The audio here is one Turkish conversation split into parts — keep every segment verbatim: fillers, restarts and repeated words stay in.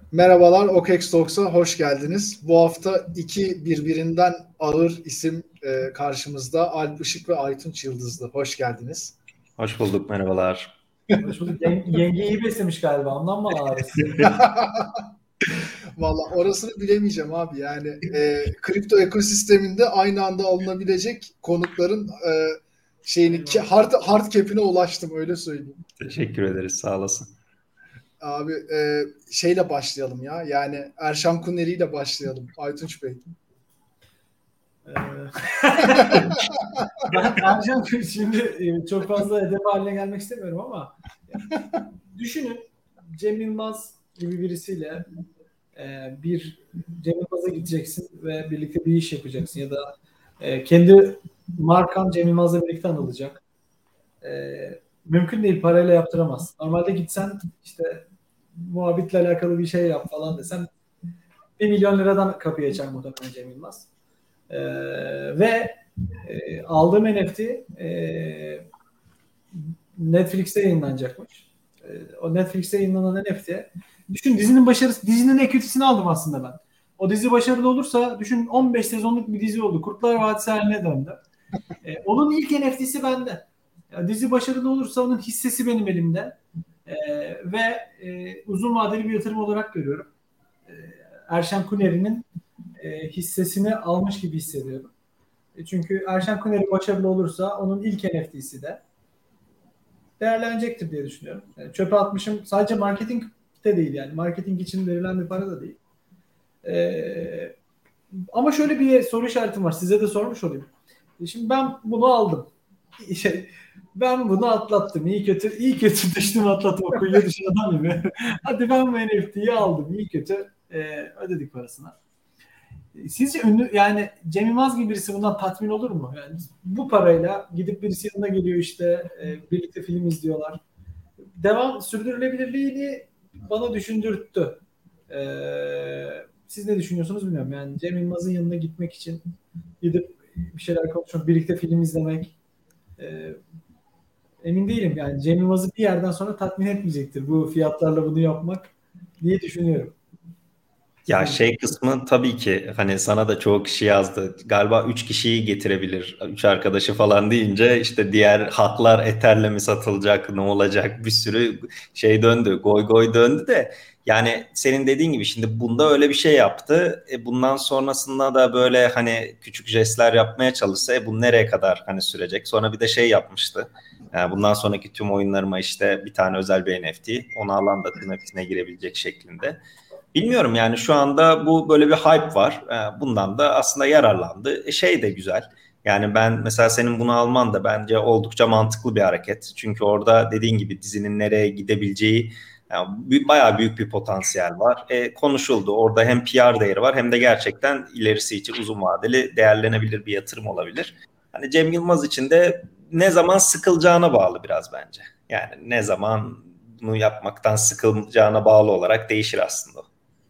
Merhabalar, OKEX Talks'a hoş geldiniz. Bu hafta iki birbirinden ağır isim e, karşımızda. Alp Işık ve Aytunç Yıldızlı. Hoş geldiniz. Hoş bulduk, merhabalar. Hoş bulduk. Yenge, yenge iyi beslemiş galiba. Ondan mı ağrısı? Valla orasını bilemeyeceğim abi. Yani e, kripto ekosisteminde aynı anda alınabilecek konukların e, şeyini ki, hard, hard cap'ine ulaştım, öyle söyleyeyim. Teşekkür ederiz, sağ olasın. Abi e, şeyle başlayalım ya. Yani Erşan Kuneri ile başlayalım. Aytunç Bey. ben Ercan şimdi çok fazla hedef haline gelmek istemiyorum ama düşünün, Cem Yılmaz gibi birisiyle bir Cem Yılmaz'a gideceksin ve birlikte bir iş yapacaksın ya da kendi markan Cem Yılmaz'la birlikte anılacak. Mümkün değil, parayla yaptıramaz. Normalde gitsen işte muhabbetle alakalı bir şey yap falan desen bir milyon liradan kapıya açar muhtemelen Cem Yılmaz. Ee, ve e, aldığım N F T e, Netflix'te yayınlanacakmış. E, o Netflix'te yayınlanan N F T, düşün, dizinin başarısı, dizinin en kötüsünü aldım aslında ben. O dizi başarılı olursa düşün, on beş sezonluk bir dizi oldu. Kurtlar Vadisi haline döndü. E, onun ilk N F T'si bende. Yani dizi başarılı olursa onun hissesi benim elimde. E, ve e, uzun vadeli bir yatırım olarak görüyorum. E, Erşan Kuneri'nin e, hissesini almış gibi hissediyorum. E, çünkü Erşan Kuneri başarılı olursa onun ilk N F T'si de değerlenecektir diye düşünüyorum. Yani çöpe atmışım, sadece marketing de değil, yani marketing için verilen bir para da değil. E, ama şöyle bir soru işaretim var, size de sormuş olayım. E, şimdi ben bunu aldım. Şey, ben bunu atlattım. İyi kötü iyi kötü düştüm atlattım. O kuyuya düşen adam gibi. Hadi ben bu N F T'yi aldım. İyi kötü e, ödedik parasına. Sizce ünlü, yani Cem Yılmaz gibi birisi bundan tatmin olur mu? Yani bu parayla gidip birisi yanına geliyor, işte e, birlikte film izliyorlar. Devam sürdürülebilirliğini bana düşündürttü. E, siz ne düşünüyorsunuz bilmiyorum. Yani Cem Yılmaz'ın yanına gitmek için gidip bir şeyler konuşmak, birlikte film izlemek, e, emin değilim. Yani Cem Yılmaz'ı bir yerden sonra tatmin etmeyecektir bu fiyatlarla bunu yapmak diye düşünüyorum. Ya şey kısmı tabii ki hani sana da çoğu kişi yazdı. Galiba üç kişiyi getirebilir. Üç arkadaşı falan deyince işte diğer haklar Ether'le mi satılacak, ne olacak, bir sürü şey döndü. Goy goy döndü de yani senin dediğin gibi şimdi bunda öyle bir şey yaptı. E bundan sonrasında da böyle hani küçük jestler yapmaya çalışsa e bu nereye kadar hani sürecek? Sonra bir de şey yapmıştı. Yani bundan sonraki tüm oyunlarıma işte bir tane özel bir N F T, onu alan da tüm hepsine girebilecek şeklinde. Bilmiyorum yani şu anda bu böyle bir hype var. Bundan da aslında yararlandı. E şey de güzel. Yani ben mesela senin bunu alman da bence oldukça mantıklı bir hareket. Çünkü orada dediğin gibi dizinin nereye gidebileceği yani bayağı büyük bir potansiyel var. E, konuşuldu. Orada hem P R değeri var hem de gerçekten ilerisi için uzun vadeli değerlenebilir bir yatırım olabilir. Hani Cem Yılmaz için de ne zaman sıkılacağına bağlı biraz bence. Yani ne zaman bunu yapmaktan sıkılacağına bağlı olarak değişir aslında.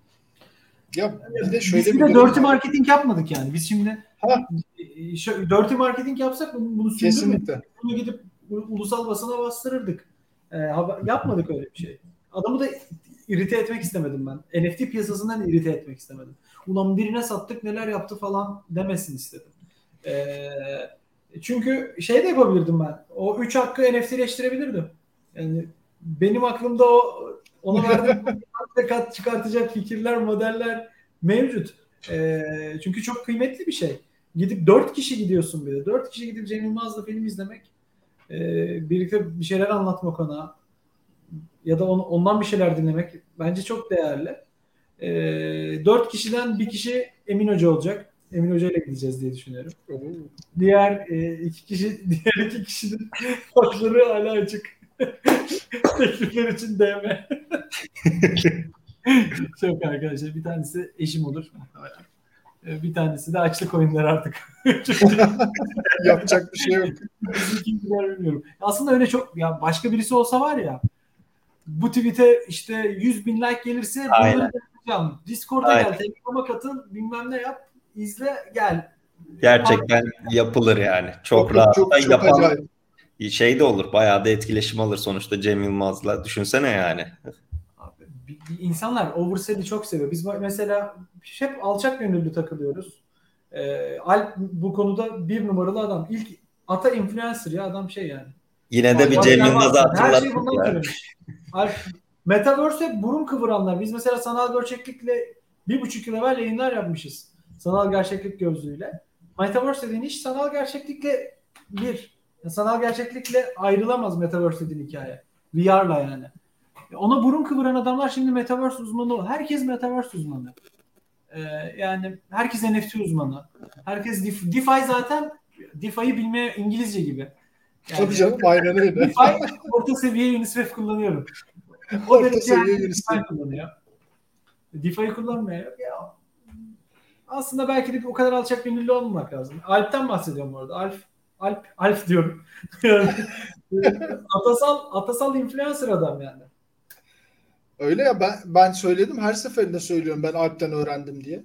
Ya bir de şöyle biz bir de durum dirty var. marketing yapmadık yani. Biz şimdi ha. şu, dirty marketing yapsak bunu sürdürmedik. Bunu gidip ulusal basına bastırırdık. E, yapmadık öyle bir şey. Adamı da irite etmek istemedim ben. N F T piyasasından irite etmek istemedim. Ulan birine sattık neler yaptı falan demesin istedim. E, çünkü şey de yapabilirdim ben. O üç hakkı N F T'leştirebilirdim. Yani benim aklımda o ona verdiğim kat kat çıkartacak fikirler, modeller mevcut. E, çünkü çok kıymetli bir şey. Gidip dört kişi gidiyorsun bir de. Dört kişi gidip Cem Yılmaz'la film izlemek, e, birlikte bir şeyler anlatmak ona ya da on, ondan bir şeyler dinlemek bence çok değerli. E, dört kişiden bir kişi Emin Hoca olacak. Emin Hoca ile gideceğiz diye düşünüyorum. Diğer e, iki kişi, diğer iki kişinin hakları hala açık. Teklifler için D M. Çok arkadaşlar. Bir tanesi eşim olur. Bir tanesi de açlık oyunları artık. Yapacak bir şey yok. Bilmiyorum. Aslında öyle çok, ya başka birisi olsa var ya, bu tweet'e işte yüz bin like gelirse bunları da yapacağım. Discord'a Aynen. Gel, Telegram'a katıl, bilmem ne yap, izle, gel. Gerçekten Abi. yapılır yani. Çok, çok rahat. Çok, çok, çok acayip. Şey de olur. Bayağı da etkileşim alır sonuçta Cem Yılmaz'la. Düşünsene yani. Abi, bir, bir insanlar oversell'i çok seviyor. Biz mesela hep alçak gönüllü takılıyoruz. Ee, Alp bu konuda bir numaralı adam. İlk ata influencer ya adam şey yani. Yine de bir Cem Yılmaz'ı Her şeyi hatırlattık bundan ya. söylemiş. Alp, Metaverse hep burun kıvıranlar. Biz mesela sanal gerçeklikle bir buçuk yıl evvel yayınlar yapmışız. Sanal gerçeklik gözlüğüyle. Metaverse dediğin iş sanal gerçeklikle bir. Sanal gerçeklikle ayrılamaz Metaverse dediğin hikaye. V R'la yani. Ona burun kıvıran adamlar şimdi Metaverse uzmanı. Herkes Metaverse uzmanı. Ee, yani herkes N F T uzmanı. Herkes DeFi, DeFi zaten DeFi'yi bilmeye İngilizce gibi. Yani, tabii canım aynen öyle. DeFi orta seviye Uniswap kullanıyorum. O orta seviye Uniswap kullanıyor. DeFi'yi kullanmıyor. Ya, aslında belki de o kadar alçak gönüllü olmamak lazım. Alp'ten bahsediyorum orada. Alp, Alp, Alp diyorum. atasal, atasal influencer adam yani. Öyle ya ben ben söyledim her seferinde söylüyorum ben Alp'ten öğrendim diye.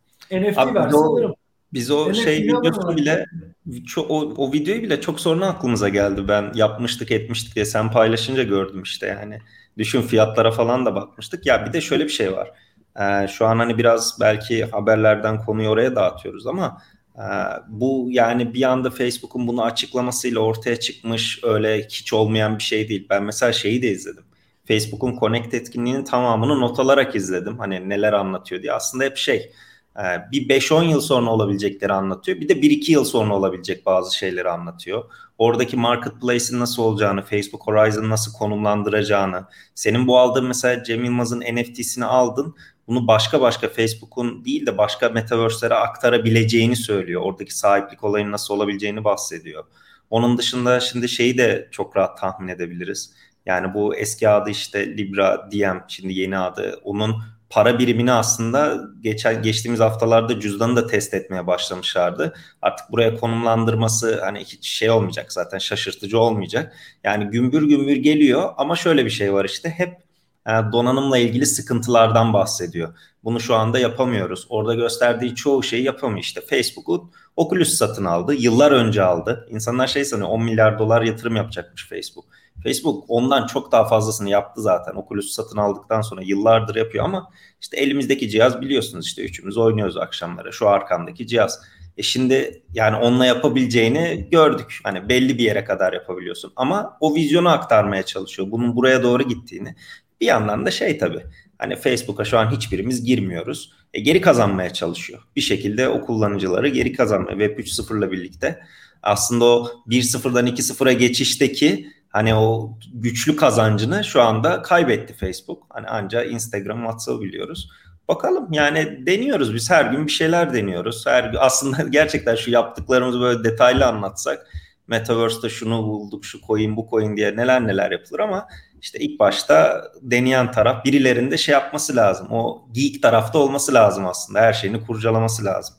N F T versin alırım. Biz o N F T'yi şey videosunu bile çok, o, o videoyu bile çok sonra aklımıza geldi. Ben yapmıştık etmiştik diye sen paylaşınca gördüm işte yani. Düşün fiyatlara falan da bakmıştık. Ya bir de şöyle bir şey var. Ee, şu an hani biraz belki haberlerden konuyu oraya dağıtıyoruz ama e, bu yani bir anda Facebook'un bunu açıklamasıyla ortaya çıkmış öyle hiç olmayan bir şey değil. Ben mesela şeyi de izledim. Facebook'un Connect etkinliğinin tamamını not alarak izledim. Hani neler anlatıyor diye. Aslında hep şey bir beş on yıl sonra olabilecekleri anlatıyor. Bir de bir iki yıl sonra olabilecek bazı şeyleri anlatıyor. Oradaki marketplace'in nasıl olacağını, Facebook Horizon'ı nasıl konumlandıracağını. Senin bu aldığın mesela Cem Yılmaz'ın N F T'sini aldın. Bunu başka başka Facebook'un değil de başka metaverse'lere aktarabileceğini söylüyor. Oradaki sahiplik olayının nasıl olabileceğini bahsediyor. Onun dışında şimdi şeyi de çok rahat tahmin edebiliriz. Yani bu eski adı işte Libra D M, şimdi yeni adı. Onun para birimini aslında geçen geçtiğimiz haftalarda cüzdanı da test etmeye başlamışlardı. Artık buraya konumlandırması hani hiç şey olmayacak, zaten şaşırtıcı olmayacak. Yani gümbür gümbür geliyor ama şöyle bir şey var işte hep donanımla ilgili sıkıntılardan bahsediyor. Bunu şu anda yapamıyoruz. Orada gösterdiği çoğu şeyi yapamıyor. İşte Facebook'u Oculus satın aldı. Yıllar önce aldı. İnsanlar şey sanıyor on milyar dolar yatırım yapacakmış Facebook. Facebook ondan çok daha fazlasını yaptı zaten. Oculus satın aldıktan sonra yıllardır yapıyor ama işte elimizdeki cihaz biliyorsunuz işte üçümüz oynuyoruz akşamları. Şu arkamdaki cihaz. E şimdi yani onunla yapabileceğini gördük. Hani belli bir yere kadar yapabiliyorsun ama o vizyonu aktarmaya çalışıyor. Bunun buraya doğru gittiğini. Bir yandan da şey tabii hani Facebook'a şu an hiçbirimiz girmiyoruz. E geri kazanmaya çalışıyor. Bir şekilde o kullanıcıları geri kazanmaya. Web üç nokta sıfırla birlikte aslında o bir sıfırdan iki sıfıra geçişteki hani o güçlü kazancını şu anda kaybetti Facebook. Hani ancak Instagram, WhatsApp biliyoruz. Bakalım yani deniyoruz biz her gün bir şeyler deniyoruz. Her gün aslında gerçekten şu yaptıklarımızı böyle detaylı anlatsak Metaverse'de şunu bulduk, şu coin, bu coin diye neler neler yapılır ama işte ilk başta deneyen taraf birilerinde şey yapması lazım. O geek tarafta olması lazım aslında. Her şeyini kurcalaması lazım.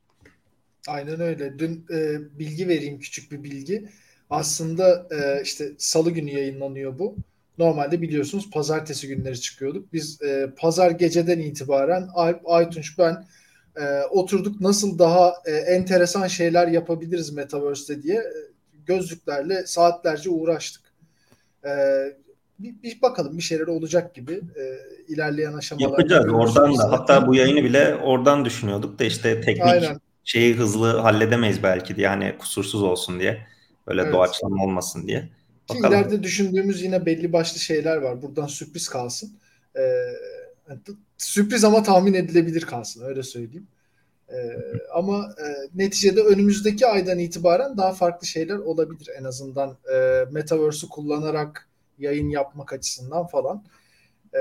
Aynen öyle. Dün e, bilgi vereyim, küçük bir bilgi. Aslında e, işte salı günü yayınlanıyor bu. Normalde biliyorsunuz pazartesi günleri çıkıyorduk. Biz e, pazar geceden itibaren Alp, Aytunç, ben e, oturduk nasıl daha e, enteresan şeyler yapabiliriz Metaverse'de diye e, gözlüklerle saatlerce uğraştık. E, bir, bir bakalım bir şeyler olacak gibi e, ilerleyen aşamalarda. Yapacağız oradan da. Hatta bu yayını bile oradan düşünüyorduk da işte teknik Aynen. şeyi hızlı halledemeyiz belki de yani kusursuz olsun diye. Böyle evet. Doğaçlama olmasın diye. Bakalım. Ki ileride düşündüğümüz yine belli başlı şeyler var. Buradan sürpriz kalsın. Ee, sürpriz ama tahmin edilebilir kalsın. Öyle söyleyeyim. Ee, ama e, neticede önümüzdeki aydan itibaren daha farklı şeyler olabilir. En azından e, Metaverse'ü kullanarak yayın yapmak açısından falan. Ee,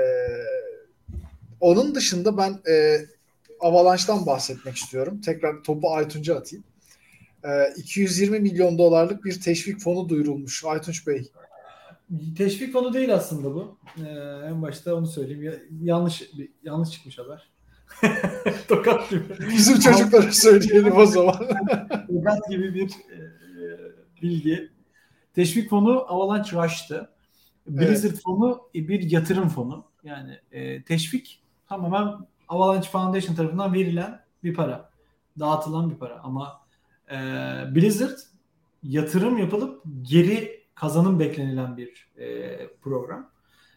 onun dışında ben e, Avalanche'dan bahsetmek istiyorum. Tekrar topu Aytunç'a atayım. iki yüz yirmi milyon dolarlık bir teşvik fonu duyurulmuş. Aytunç Bey. Teşvik fonu değil aslında bu. Ee, en başta onu söyleyeyim. Ya, yanlış yanlış çıkmış haber. Tokat gibi. Bizim çocuklara söyleyelim o zaman. Tokat gibi bir e, bilgi. Teşvik fonu Avalanche Rush'tı. Blizzard evet. fonu bir yatırım fonu. Yani e, teşvik tamamen Avalanche Foundation tarafından verilen bir para. Dağıtılan bir para. Ama e, Blizzard yatırım yapılıp geri kazanım beklenilen bir e, program.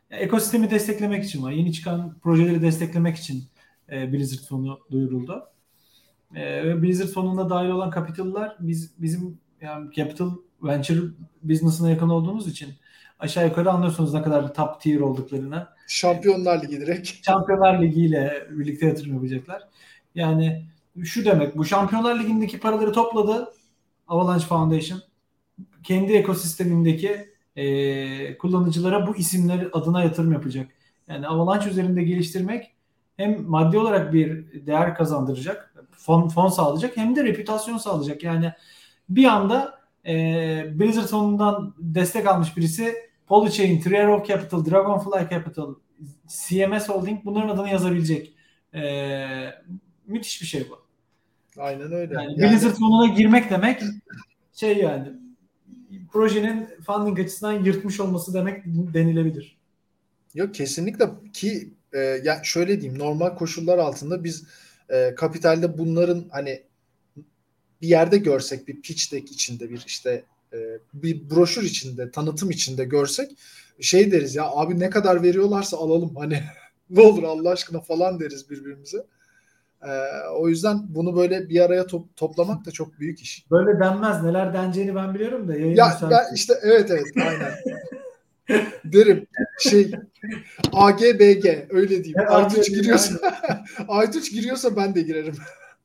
Yani ekosistemi desteklemek için var. Yeni çıkan projeleri desteklemek için e, Blizzard fonu duyuruldu. E, Blizzard fonuna dahil olan capital'lar biz bizim yani capital venture business'ına yakın olduğumuz için aşağı yukarı anlıyorsunuz ne kadar top tier olduklarını. Şampiyonlar Ligi direkt. Şampiyonlar Ligi ile birlikte yatırım yapacaklar. Yani şu demek, bu Şampiyonlar Ligi'ndeki paraları topladı Avalanche Foundation. Kendi ekosistemindeki e, kullanıcılara bu isimler adına yatırım yapacak. Yani Avalanche üzerinde geliştirmek hem maddi olarak bir değer kazandıracak, fon, fon sağlayacak, hem de reputasyon sağlayacak. Yani bir anda e, Blizzard fonundan destek almış birisi Polychain, Three Arrow Capital, Dragonfly Capital, C M S Holding bunların adını yazabilecek. E, müthiş bir şey bu. Aynen öyle. Yani, yani Blizzard fonuna girmek demek şey yani projenin funding açısından yırtmış olması demek denilebilir. Yok kesinlikle ki e, ya şöyle diyeyim, normal koşullar altında biz e, kapitalde bunların hani bir yerde görsek, bir pitch deck içinde, bir işte e, bir broşür içinde, tanıtım içinde görsek şey deriz ya, abi ne kadar veriyorlarsa alalım hani ne olur Allah aşkına falan deriz birbirimize. E, o yüzden bunu böyle bir araya to- toplamak da çok büyük iş. Böyle denmez. Neler deneceğini ben biliyorum da. Ya ben işte evet evet aynen. Derim şey A G B G öyle diyeyim. Evet, Aytuç A G B G, giriyorsa Aytuç giriyorsa ben de girerim.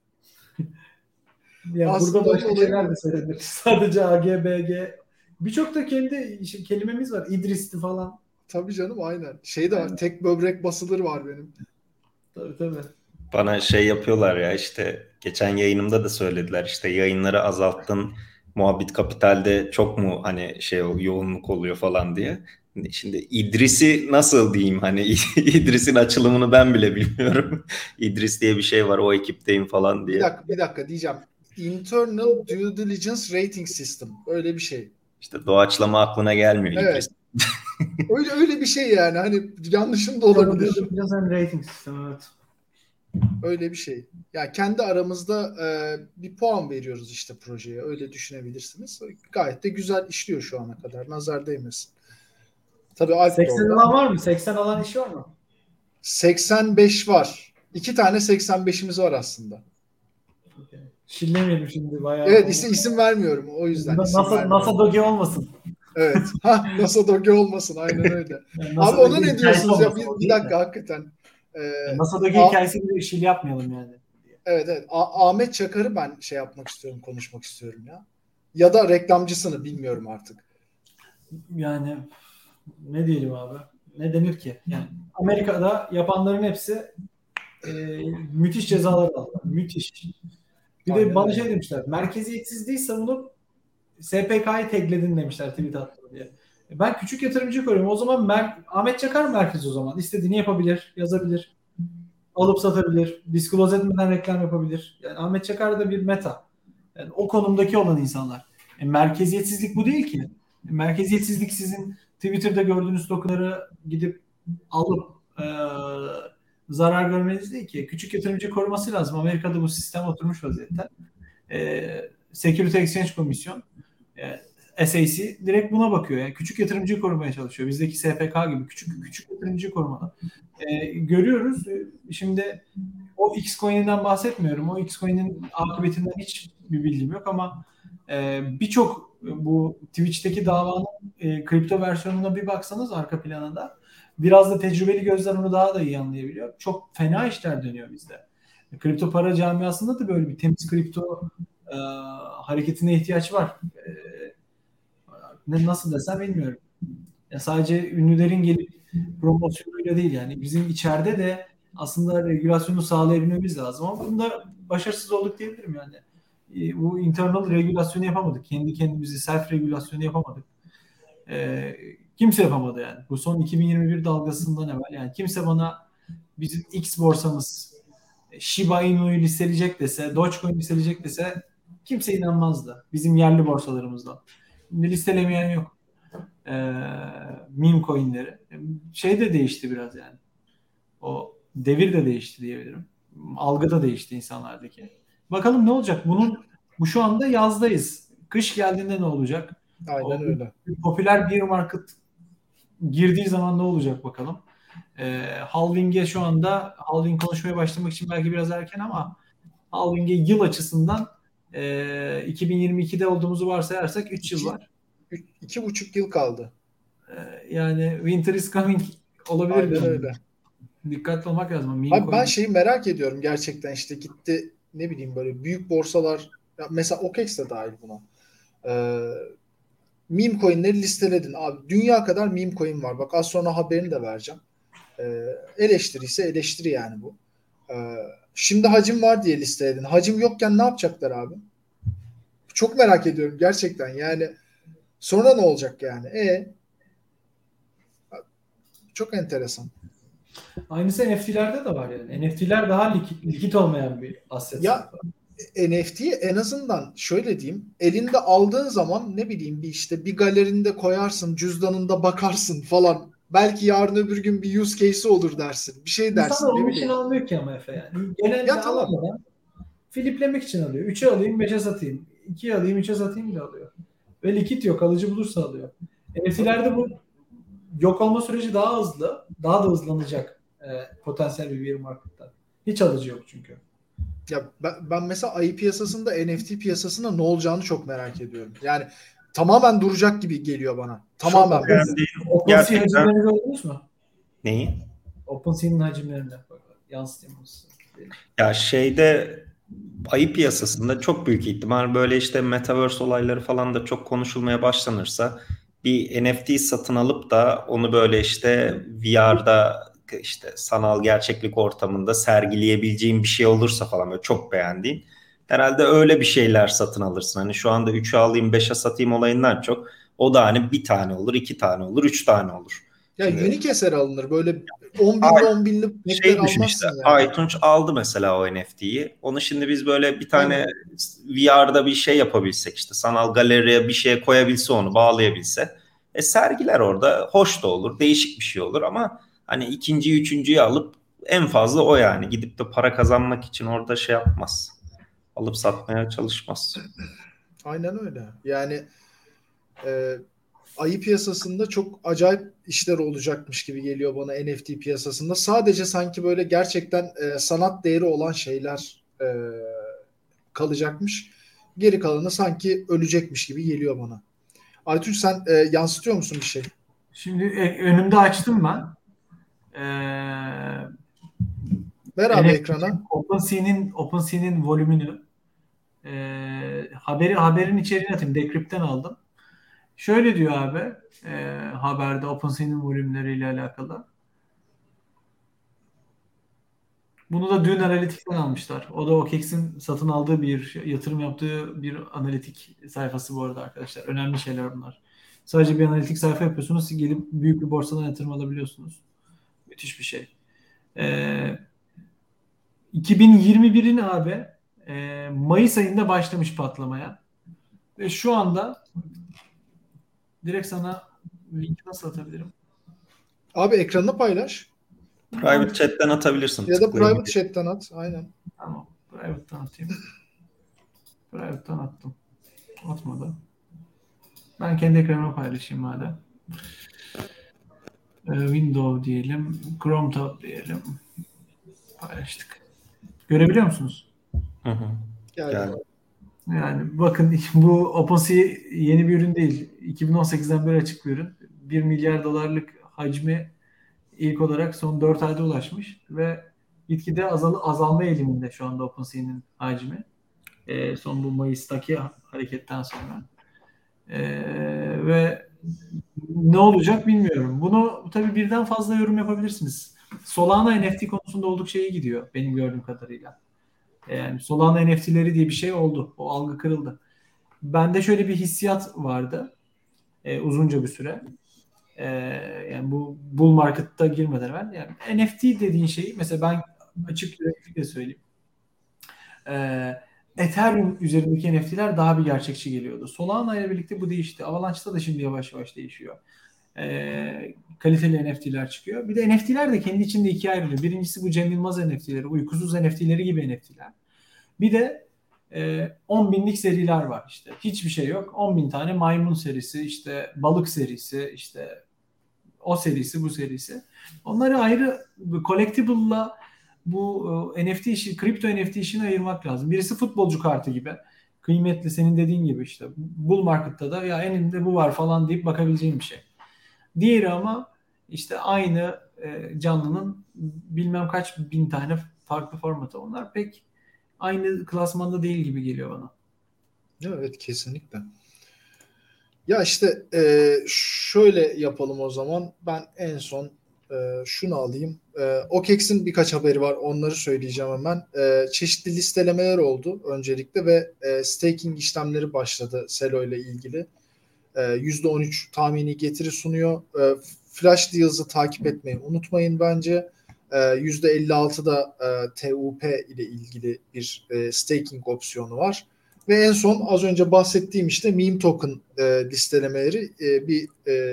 Ya Aslında burada başka onun olayı şeyler bu. de söylenir. Sadece A G B G. Birçok da kendi şey- kelimemiz var. İdris'ti falan. Tabii canım aynen. Şey de var. Tek böbrek basılır var benim. Tabii tabii. Bana şey yapıyorlar ya, işte geçen yayınımda da söylediler, işte yayınları azalttın, Muhabbet Kapital'de çok mu hani şey yoğunluk oluyor falan diye. Şimdi İdris'i nasıl diyeyim, hani İdris'in açılımını ben bile bilmiyorum. İdris diye bir şey var, o ekipteyim falan Bir diye. dakika bir dakika diyeceğim. Internal Due Diligence Rating System. Öyle bir şey. İşte doğaçlama aklına gelmiyor Evet. İdris. Öyle öyle bir şey yani. Hani yanlışım da olabilir. Biraz hem rating sistemi, evet. Öyle bir şey. Yani kendi aramızda e, bir puan veriyoruz işte projeye. Öyle düşünebilirsiniz. Gayet de güzel işliyor şu ana kadar. Nazar değmesin. Tabii Alp de seksen orada. alan var mı? seksen alan işi var mı? seksen beş var. İki tane seksen beşimiz var aslında. Okay. Şillemeyelim şimdi bayağı. Evet isim, isim vermiyorum o yüzden. Na- isim NASA, vermiyorum. NASA Doge olmasın. Evet. Ha NASA Doge olmasın. Aynen öyle. Yani NASA Abi ona Doge ne hikayesi diyorsunuz ya? olmasın, Bir, o bir değil dakika de. hakikaten. Ee, Yani NASA Doge A- hikayesini bir şil yapmayalım yani. evet evet. A- Ahmet Çakar'ı ben şey yapmak istiyorum, konuşmak istiyorum ya. Ya da reklamcısını bilmiyorum artık. Yani ne diyelim abi? Ne denir ki? Yani Amerika'da yapanların hepsi e, müthiş cezalar aldılar. Müthiş. Bir Aynen de bana öyle. şey demişler. Merkeziyetsizliği savunup S P K'yı tekledin demişler, tweet attım diye. Ben küçük yatırımcı koruyorum. O zaman Mer- Ahmet Çakar merkez o zaman. İstediğini yapabilir, yazabilir. Alıp satabilir. Disclose etmeden reklam yapabilir. Yani Ahmet Çakar da bir meta. Yani o konumdaki olan insanlar. E, merkeziyetsizlik bu değil ki. E, merkeziyetsizlik sizin Twitter'da gördüğünüz tokenları gidip alıp e, zarar görmeniz değil ki. Küçük yatırımcı koruması lazım. Amerika'da bu sistem oturmuş vaziyette. E, Security Exchange Komisyon e, S A C direkt buna bakıyor. Yani küçük yatırımcıyı korumaya çalışıyor. Bizdeki S P K gibi küçük küçük yatırımcıyı korumada. E, görüyoruz. E, şimdi o Xcoin'inden bahsetmiyorum. O Xcoin'in akıbetinden hiç bir bilgim yok ama e, birçok bu Twitch'teki davanın e, kripto versiyonuna bir baksanız arka planında biraz da tecrübeli gözler onu daha da iyi anlayabiliyor. Çok fena işler dönüyor bizde. Kripto para camiasında da böyle bir temiz kripto e, hareketine ihtiyaç var. E, ne nasıl desem bilmiyorum. Ya sadece ünlülerin gelip promosyonuyla değil yani bizim içeride de aslında regülasyonu sağlayabilmemiz lazım ama bunda başarısız olduk diyebilirim yani. E, bu internal regülasyonu yapamadık. Kendi kendimizi self regülasyonu yapamadık. E, kimse yapamadı yani. Bu son iki bin yirmi bir dalgasından evvel yani kimse bana bizim X borsamız Shiba Inu'yu listeleyecek dese, Dogecoin listeleyecek dese kimse inanmazdı. Bizim yerli borsalarımızda. Şimdi listelemeyen yok. Ee, meme coinleri. Şey de değişti biraz yani. O devir de değişti diyebilirim. Algı da değişti insanlardaki. Bakalım ne olacak? Bunun bu şu anda yazdayız. Kış geldiğinde ne olacak? Aynen O öyle. popüler bear market girdiği zaman ne olacak bakalım. E, halving'e şu anda halving konuşmaya başlamak için belki biraz erken ama halving'e yıl açısından e, iki bin yirmi ikide olduğumuzu varsayarsak üç yıl İki, var. üç, iki buçuk yıl kaldı. E, yani winter is coming olabilir. Aynen Yani. öyle. Dikkatli olmak lazım. Meme Abi ben coin... şeyi merak ediyorum gerçekten, işte gitti ne bileyim böyle büyük borsalar, ya mesela O K E X de dahil buna. Ee, meme coinleri listeledin abi. Dünya kadar meme coin var. Bak az sonra haberini de vereceğim. Ee, eleştiri ise eleştiri yani bu. Ee, şimdi hacim var diye listeledin. Hacim yokken ne yapacaklar abi? Çok merak ediyorum gerçekten. Yani sonra ne olacak yani? E çok enteresan. Aynısı N F T'lerde de var yani. N F T'ler daha likit, likit olmayan bir asset Ya sınıfı. N F T'yi en azından şöyle diyeyim, elinde aldığın zaman ne bileyim bir işte bir galerinde koyarsın, cüzdanında bakarsın falan. Belki yarın öbür gün bir use case'i olur dersin. Bir şey İnsanlar dersin, ne onun için bileyim. almıyor ki ama Efe yani. Ya Genelde tamam. alamadan fliplemek için alıyor. üçe alayım beşe satayım. ikiye alayım üçe satayım da alıyor. Ve likit yok. Alıcı bulursa alıyor. N F T'lerde bu yok olma süreci daha hızlı. Daha da hızlanacak e, potansiyel bir bear market'ta. Hiç alıcı yok çünkü. Ya ben, ben mesela ayı piyasasında N F T piyasasında ne olacağını çok merak ediyorum. Yani tamamen duracak gibi geliyor bana. Çok Tamamen böyle. beğendiğim OpenSea gerçekten hacimlerini gördünüz mü? neyi? OpenSea'nin hacimlerine bak. Yansıtayım onu size. Ya şeyde ayı piyasasında çok büyük ihtimal böyle işte metaverse olayları falan da çok konuşulmaya başlanırsa bir N F T satın alıp da onu böyle işte V R'da işte sanal gerçeklik ortamında sergileyebileceğin bir şey olursa falan böyle çok beğendiğin herhalde öyle bir şeyler satın alırsın. Hani şu anda üçe alayım beşe satayım olayından çok o da hani bir tane olur, iki tane olur, üç tane olur. Ya Şimdi unique eser alınır. Böyle on binli on binli pack'ler şey düşün işte almazsın yani. Aytunç aldı mesela o N F T'yi. Onu şimdi biz böyle bir tane Aynen. V R'da bir şey yapabilsek işte sanal galeriye bir şeye koyabilse onu bağlayabilse e, sergiler orada hoş da olur değişik bir şey olur ama hani ikinciyi üçüncüyü alıp en fazla o yani gidip de para kazanmak için orada şey yapmaz. Alıp satmaya çalışmaz. Aynen öyle. Yani e, ayı piyasasında çok acayip işler olacakmış gibi geliyor bana N F T piyasasında. Sadece sanki böyle gerçekten e, sanat değeri olan şeyler e, kalacakmış. Geri kalanı sanki ölecekmiş gibi geliyor bana. Aytunç sen e, yansıtıyor musun bir şey? Şimdi e, önümde açtım ben. Ee, Ver abi N F T ekrana. OpenSea'nin OpenSea'nin volümünü e, haberi haberin içeriğine atayım. Decrypt'ten aldım. Şöyle diyor abi e, haberde OpenSea'nin volümleriyle alakalı. Bunu da dün analitikten almışlar. O da O K E X'in satın aldığı bir yatırım yaptığı bir analitik sayfası bu arada arkadaşlar. Önemli şeyler bunlar. Sadece bir analitik sayfa yapıyorsunuz. Siz gelip büyük bir borsadan yatırım alabiliyorsunuz. Müthiş bir şey. Ee, iki bin yirmi birin abi e, Mayıs ayında başlamış patlamaya. Ve şu anda direkt sana linki nasıl atabilirim? Abi ekranını paylaş. Private chat'ten atabilirsin Ya da private tıklayınca. chat'ten at. Aynen. Tamam. Private'tan atayım. Private'tan attım. Atmadı. Ben kendi ekranımı paylaşayım madem. Ee, Windows diyelim. Chrome Tab diyelim. Paylaştık. Görebiliyor musunuz? Hı hı. Geldi. Geldi. Yani bakın bu OpenSea yeni bir ürün değil. iki bin on sekizden beri açık bir ürün. bir milyar dolarlık hacmi ilk olarak son dört ayda ulaşmış ve gitgide azal azalma eğiliminde şu anda OpenSea'nin hacmi. Ee, son bu Mayıs'taki hareketten sonra. Ee, ve ne olacak bilmiyorum. Bunu tabii birden fazla yorum yapabilirsiniz. Solana N F T konusunda oldukça iyi gidiyor benim gördüğüm kadarıyla. Yani Solana N F T'leri diye bir şey oldu. O algı kırıldı. Bende şöyle bir hissiyat vardı e, uzunca bir süre. E, yani bu bull market'ta girmeden evvel. Yani N F T dediğin şeyi mesela ben açık yüreklilikle söyleyeyim. E, Ethereum üzerindeki N F T'ler daha bir gerçekçi geliyordu. Solana ile birlikte bu değişti. Avalanche'da da şimdi yavaş yavaş değişiyor. E, kaliteli N F T'ler çıkıyor. Bir de N F T'ler de kendi içinde ikiye ayrılıyor. Birincisi bu Cem Yılmaz N F T'leri, uykusuz N F T'leri gibi N F T'ler. Bir de e, on binlik seriler var işte. Hiçbir şey yok. on bin tane maymun serisi, işte balık serisi, işte o serisi, bu serisi. Onları ayrı collectible'la bu N F T işi, kripto N F T işini ayırmak lazım. Birisi futbolcu kartı gibi. Kıymetli, senin dediğin gibi işte. Bull market'ta da ya elimde bu var falan deyip bakabileceğim bir şey. Diğeri ama işte aynı e, canlının bilmem kaç bin tane farklı formatı. Onlar pek aynı klasmanda değil gibi geliyor bana. Evet, kesinlikle. Ya işte e, şöyle yapalım o zaman. Ben en son e, şunu alayım. E, O K X'in birkaç haberi var. Onları söyleyeceğim hemen. E, çeşitli listelemeler oldu öncelikle ve e, staking işlemleri başladı Celo ile ilgili. E, yüzde on üç tahmini getiri sunuyor. E, Flash Deals'ı takip etmeyi unutmayın bence. E, yüzde elli altıda e, T U P ile ilgili bir e, staking opsiyonu var. Ve en son az önce bahsettiğim işte meme token e, listelemeleri e, bir e,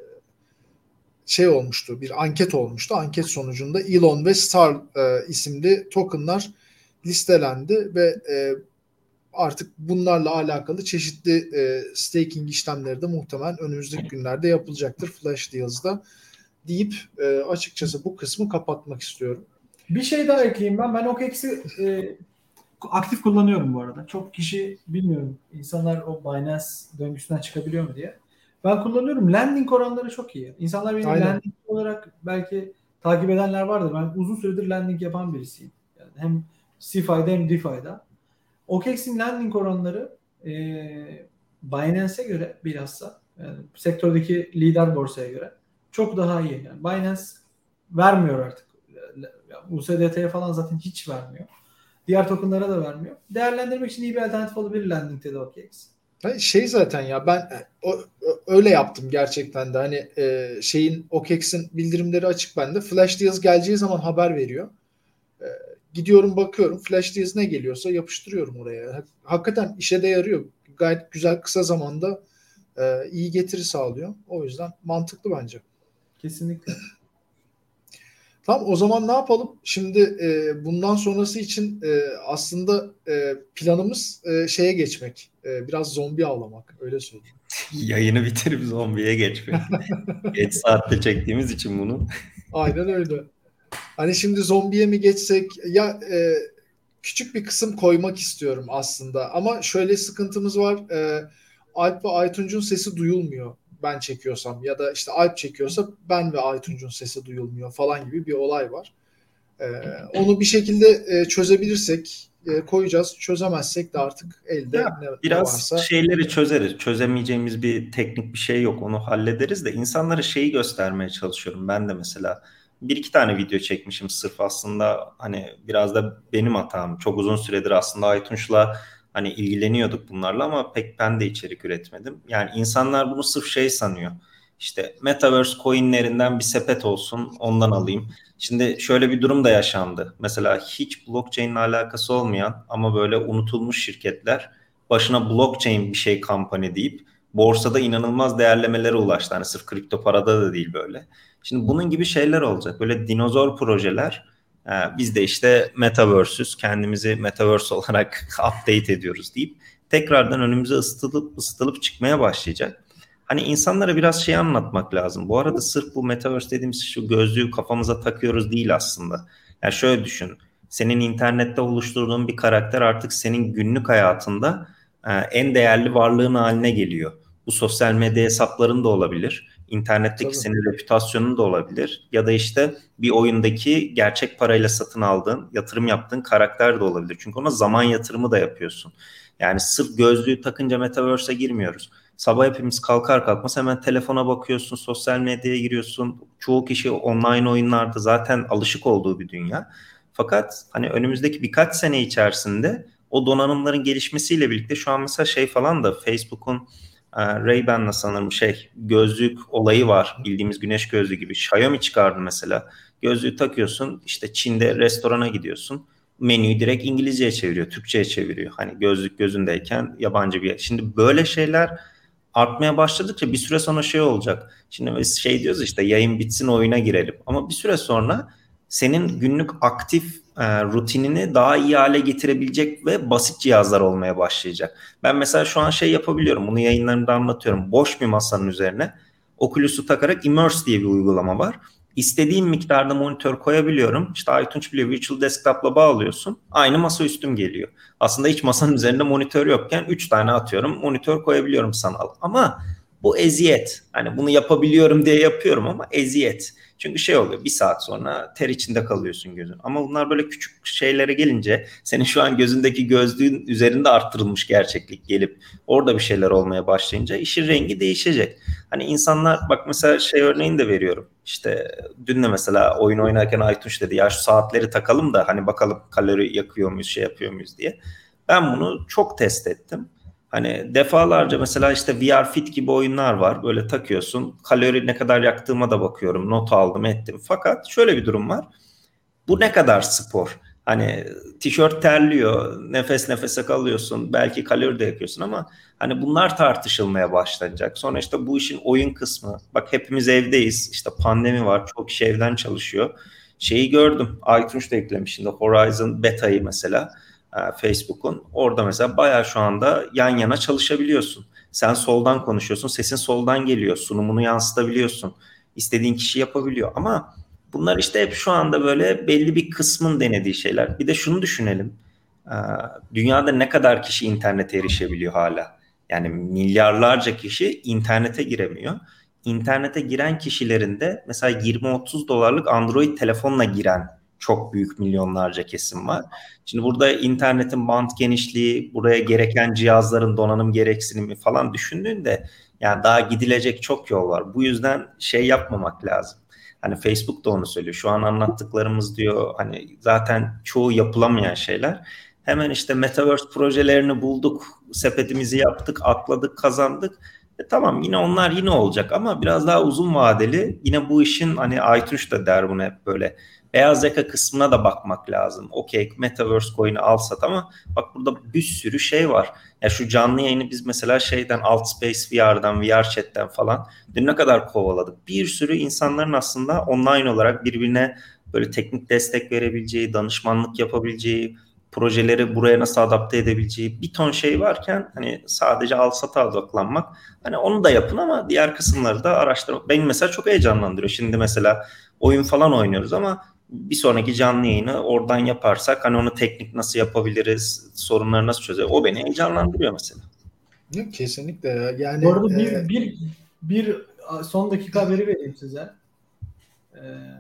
şey olmuştu, bir anket olmuştu. Anket sonucunda Elon ve Star e, isimli tokenlar listelendi ve e, artık bunlarla alakalı çeşitli e, staking işlemleri de muhtemelen önümüzdeki günlerde yapılacaktır Flash Deals'da deyip e, açıkçası bu kısmı kapatmak istiyorum. Bir şey daha ekleyeyim ben. Ben O K X'i e, aktif kullanıyorum bu arada. Çok kişi bilmiyorum. İnsanlar o Binance döngüsünden çıkabiliyor mu diye. Ben kullanıyorum. Landing oranları çok iyi. İnsanlar beni Aynen. landing olarak belki takip edenler vardır. Ben uzun süredir landing yapan birisiyim. Yani hem C F I'de hem DeFi'da. O K X'in landing oranları e, Binance'e göre bilhassa yani sektördeki lider borsaya göre çok daha iyi. Yani Binance vermiyor artık. U S D T'ye falan zaten hiç vermiyor. Diğer tokenlara da vermiyor. Değerlendirmek için iyi bir alternatif olabilir landing'de de O K X. Şey zaten ya ben o, öyle yaptım gerçekten de hani e, şeyin O K X'in bildirimleri açık bende. Flash Deals geleceği zaman haber veriyor. E, gidiyorum bakıyorum Flash Deals ne geliyorsa yapıştırıyorum oraya. Hakikaten işe de yarıyor. Gayet güzel kısa zamanda e, iyi getiri sağlıyor. O yüzden mantıklı bence. Kesinlikle. Tamam, o zaman ne yapalım? Şimdi e, bundan sonrası için e, aslında e, planımız e, şeye geçmek. E, biraz zombi avlamak. Öyle söyleyeyim. Yayını bitirip zombiye geçmek. Geç saatte çektiğimiz için bunu. Aynen öyle. Hani şimdi zombiye mi geçsek? Ya e, küçük bir kısım koymak istiyorum aslında. Ama şöyle sıkıntımız var. E, Alp ve Aytunç'un sesi duyulmuyor ben çekiyorsam. Ya da işte Alp çekiyorsa ben ve Aytunç'un sesi duyulmuyor falan gibi bir olay var. Ee, onu bir şekilde e, çözebilirsek e, koyacağız. Çözemezsek de artık elde Ya, ne, ne biraz varsa. şeyleri çözeriz. Çözemeyeceğimiz bir teknik bir şey yok. Onu hallederiz de insanlara şeyi göstermeye çalışıyorum. Ben de mesela bir iki tane video çekmişim sırf aslında hani biraz da benim hatam. Çok uzun süredir aslında Aytunç'la hani ilgileniyorduk bunlarla ama pek ben de içerik üretmedim. Yani insanlar bunu sırf şey sanıyor. İşte Metaverse coinlerinden bir sepet olsun ondan alayım. Şimdi şöyle bir durum da yaşandı. Mesela hiç blockchain ile alakası olmayan ama böyle unutulmuş şirketler başına blockchain bir şey kampanya deyip borsada inanılmaz değerlemelere ulaştı. Hani sırf kripto parada da değil böyle. Şimdi bunun gibi şeyler olacak. Böyle dinozor projeler. E, biz de işte Metaverse'üz. Kendimizi Metaverse olarak update ediyoruz deyip tekrardan önümüze ısıtılıp ısıtılıp çıkmaya başlayacak. Hani insanlara biraz şey anlatmak lazım. Bu arada sırf bu Metaverse dediğimiz şu gözlüğü kafamıza takıyoruz değil aslında. Yani şöyle düşün. Senin internette oluşturduğun bir karakter artık senin günlük hayatında e, en değerli varlığın haline geliyor. Bu sosyal medya hesapların da olabilir. İnternetteki Tabii. senin reputasyonun da olabilir. Ya da işte bir oyundaki gerçek parayla satın aldığın, yatırım yaptığın karakter de olabilir. Çünkü ona zaman yatırımı da yapıyorsun. Yani sırf gözlüğü takınca Metaverse'e girmiyoruz. Sabah hepimiz kalkar kalkmaz hemen telefona bakıyorsun, sosyal medyaya giriyorsun. Çoğu kişi online oyunlarda zaten alışık olduğu bir dünya. Fakat hani önümüzdeki birkaç sene içerisinde o donanımların gelişmesiyle birlikte şu an mesela şey falan da Facebook'un e, Ray-Ban'la sanırım şey gözlük olayı var. Bildiğimiz güneş gözlüğü gibi. Xiaomi çıkardı mesela. Gözlüğü takıyorsun işte Çin'de restorana gidiyorsun. Menüyü direkt İngilizceye çeviriyor, Türkçe'ye çeviriyor. Hani gözlük gözündeyken yabancı bir yer. Şimdi böyle şeyler artmaya başladıkça bir süre sonra şey olacak. Şimdi biz şey diyoruz işte yayın bitsin oyuna girelim. Ama bir süre sonra senin günlük aktif e, rutinini daha iyi hale getirebilecek ve basit cihazlar olmaya başlayacak. Ben mesela şu an şey yapabiliyorum. Bunu yayınlarımda anlatıyorum. Boş bir masanın üzerine Oculus'u takarak Immerse diye bir uygulama var. İstediğim miktarda monitör koyabiliyorum. İşte Aytunç biliyor, Virtual Desktop'la bağlıyorsun. Aynı masaüstüm geliyor. Aslında hiç masanın üzerinde monitör yokken üç tane atıyorum. Monitör koyabiliyorum sanal. Ama bu eziyet. Hani bunu yapabiliyorum diye yapıyorum ama eziyet. Çünkü şey oluyor, bir saat sonra ter içinde kalıyorsun gözün. Ama bunlar böyle küçük şeylere gelince, senin şu an gözündeki gözlüğün üzerinde arttırılmış gerçeklik gelip orada bir şeyler olmaya başlayınca işin rengi değişecek. Hani insanlar, bak mesela şey örneğini de veriyorum. İşte dün de mesela oyun oynarken Aytunç dedi ya şu saatleri takalım da hani bakalım kalori yakıyor muyuz, şey yapıyor muyuz diye. Ben bunu çok test ettim. Hani defalarca mesela işte V R Fit gibi oyunlar var. Böyle takıyorsun. Kalori ne kadar yaktığıma da bakıyorum. Not aldım ettim. Fakat şöyle bir durum var. Bu ne kadar spor? Hani tişört terliyor, nefes nefese kalıyorsun, belki kalori de yakıyorsun ama hani bunlar tartışılmaya başlanacak. Sonra işte bu işin oyun kısmı. Bak hepimiz evdeyiz. İşte pandemi var, çok kişi evden çalışıyor. Şeyi gördüm. Aytunç da eklemiş şimdi Horizon Beta'yı mesela Facebook'un. Orada mesela bayağı şu anda yan yana çalışabiliyorsun. Sen soldan konuşuyorsun, sesin soldan geliyor, sunumunu yansıtabiliyorsun. İstediğin kişi yapabiliyor ama bunlar işte hep şu anda böyle belli bir kısmın denediği şeyler. Bir de şunu düşünelim. Dünyada ne kadar kişi internete erişebiliyor hala? Yani milyarlarca kişi internete giremiyor. İnternete giren kişilerin de mesela yirmi otuz dolarlık Android telefonla giren çok büyük milyonlarca kesim var. Şimdi burada internetin band genişliği, buraya gereken cihazların donanım gereksinimi falan düşündüğünde yani daha gidilecek çok yol var. Bu yüzden şey yapmamak lazım. Hani Facebook da onu söylüyor. Şu an anlattıklarımız diyor hani zaten çoğu yapılamayan şeyler. Hemen işte Metaverse projelerini bulduk, sepetimizi yaptık, atladık, kazandık. E tamam yine onlar yine olacak ama biraz daha uzun vadeli. Yine bu işin hani Aytunç da der bunu hep böyle. Beyaz yaka kısmına da bakmak lazım. Okey Metaverse coin'i al sat ama bak burada bir sürü şey var. Ya şu canlı yayını biz mesela şeyden Altspace V R'dan, V R Chat'ten falan dün ne kadar kovaladık. Bir sürü insanların aslında online olarak birbirine böyle teknik destek verebileceği, danışmanlık yapabileceği, projeleri buraya nasıl adapte edebileceği bir ton şey varken hani sadece al sata odaklanmak. Hani onu da yapın ama diğer kısımları da araştırmak. Beni mesela çok heyecanlandırıyor. Şimdi mesela oyun falan oynuyoruz ama bir sonraki canlı yayını oradan yaparsak hani onu teknik nasıl yapabiliriz, sorunları nasıl çözeriz o beni heyecanlandırıyor mesela. Yok, kesinlikle ya. Yani Bu arada e, bir, bir, bir son dakika haberi vereyim size. Ee,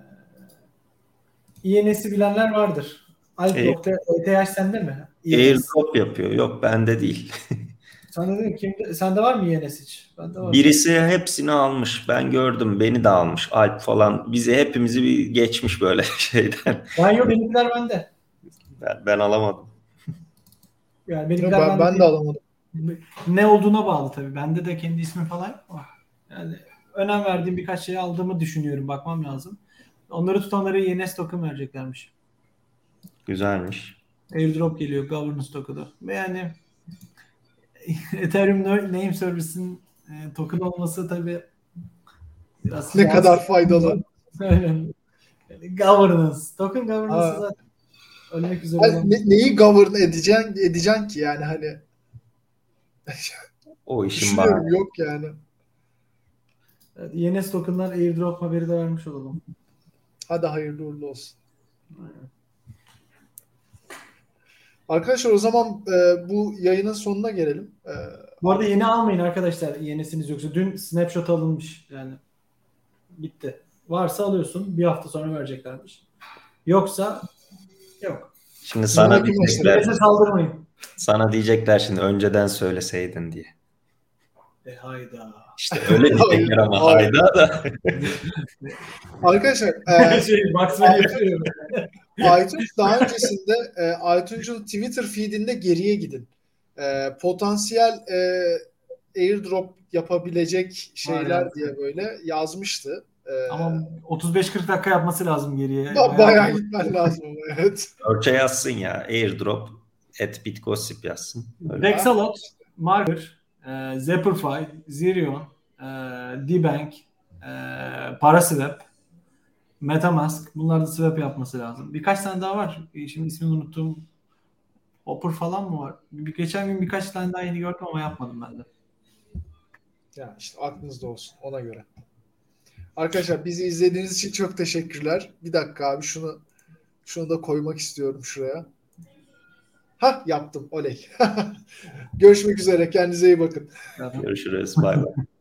I N S'i bilenler vardır. Alp.E T H sende mi? I N S. Airdrop yapıyor. Yok bende değil. Sen de kimde, sende var mı I N S hiç? Bende var. Birisi hepsini almış. Ben gördüm. Beni de almış. Alp falan. Bizi hepimizi bir geçmiş böyle şeyden. Ben yok, benimkiler bende. Ben, ben alamadım. Yani benimkiler ben, bende ben de değil. alamadım. Ne olduğuna bağlı tabii. Bende de kendi ismi falan yok. Yani önem verdiğim birkaç şeyi aldığımı düşünüyorum. Bakmam lazım. Onları tutanlara I N S token vereceklermiş. Güzelmiş. Airdrop geliyor governance token'ı. Yani Ethereum Name Service'in e, token olması tabii biraz Ne kadar rahatsız. faydalı. Yani governance. Token governance'ı Ha. zaten ölmek üzere Hani olan. ne- neyi govern edeceksin, edeceksin ki yani hani O işin bana. düşünüyorum, yok yani. Evet, I N S token'lar airdrop haberi de vermiş olalım. Hadi hayırlı uğurlu olsun. Arkadaşlar o zaman e, bu yayının sonuna gelelim. E, Bu arada yeni almayın arkadaşlar, I N S'iniz yoksa. Dün snapshot alınmış yani. Gitti. Varsa alıyorsun. Bir hafta sonra vereceklermiş. Yoksa yok. Şimdi sana sonraki diyecekler. maçlara I N S'e saldırmayın. Sana diyecekler şimdi önceden söyleseydin diye. E hayda. İşte öyle diyecekler ama Hayır. hayda da. Arkadaşlar e, şey, Maxwell yapıyor. Aytunç daha öncesinde e, Aytunç'un Twitter feedinde geriye gidin. E, potansiyel e, airdrop yapabilecek şeyler Var diye böyle yazmıştı. E, Ama otuz beş kırk dakika yapması lazım geriye. ba- Bayağı bayağı gitmen lazım ama, evet. Örçe yazsın ya. Airdrop at bitgossip yazsın. Öyle. Vexalot, Marker, e, Zephyrfy, Zerion, e, D-Bank, e, Paraswap, Metamask. Bunlar da swap yapması lazım. Birkaç tane daha var. E, Şimdi ismini unuttum. Hopper falan mı var? Bir, geçen gün birkaç tane daha yeni gördüm ama yapmadım ben de. Yani işte aklınızda olsun ona göre. Arkadaşlar bizi izlediğiniz için çok teşekkürler. Bir dakika abi şunu şunu da koymak istiyorum şuraya. Ha yaptım. Oley. Görüşmek üzere. Kendinize iyi bakın. Görüşürüz. Bay bay.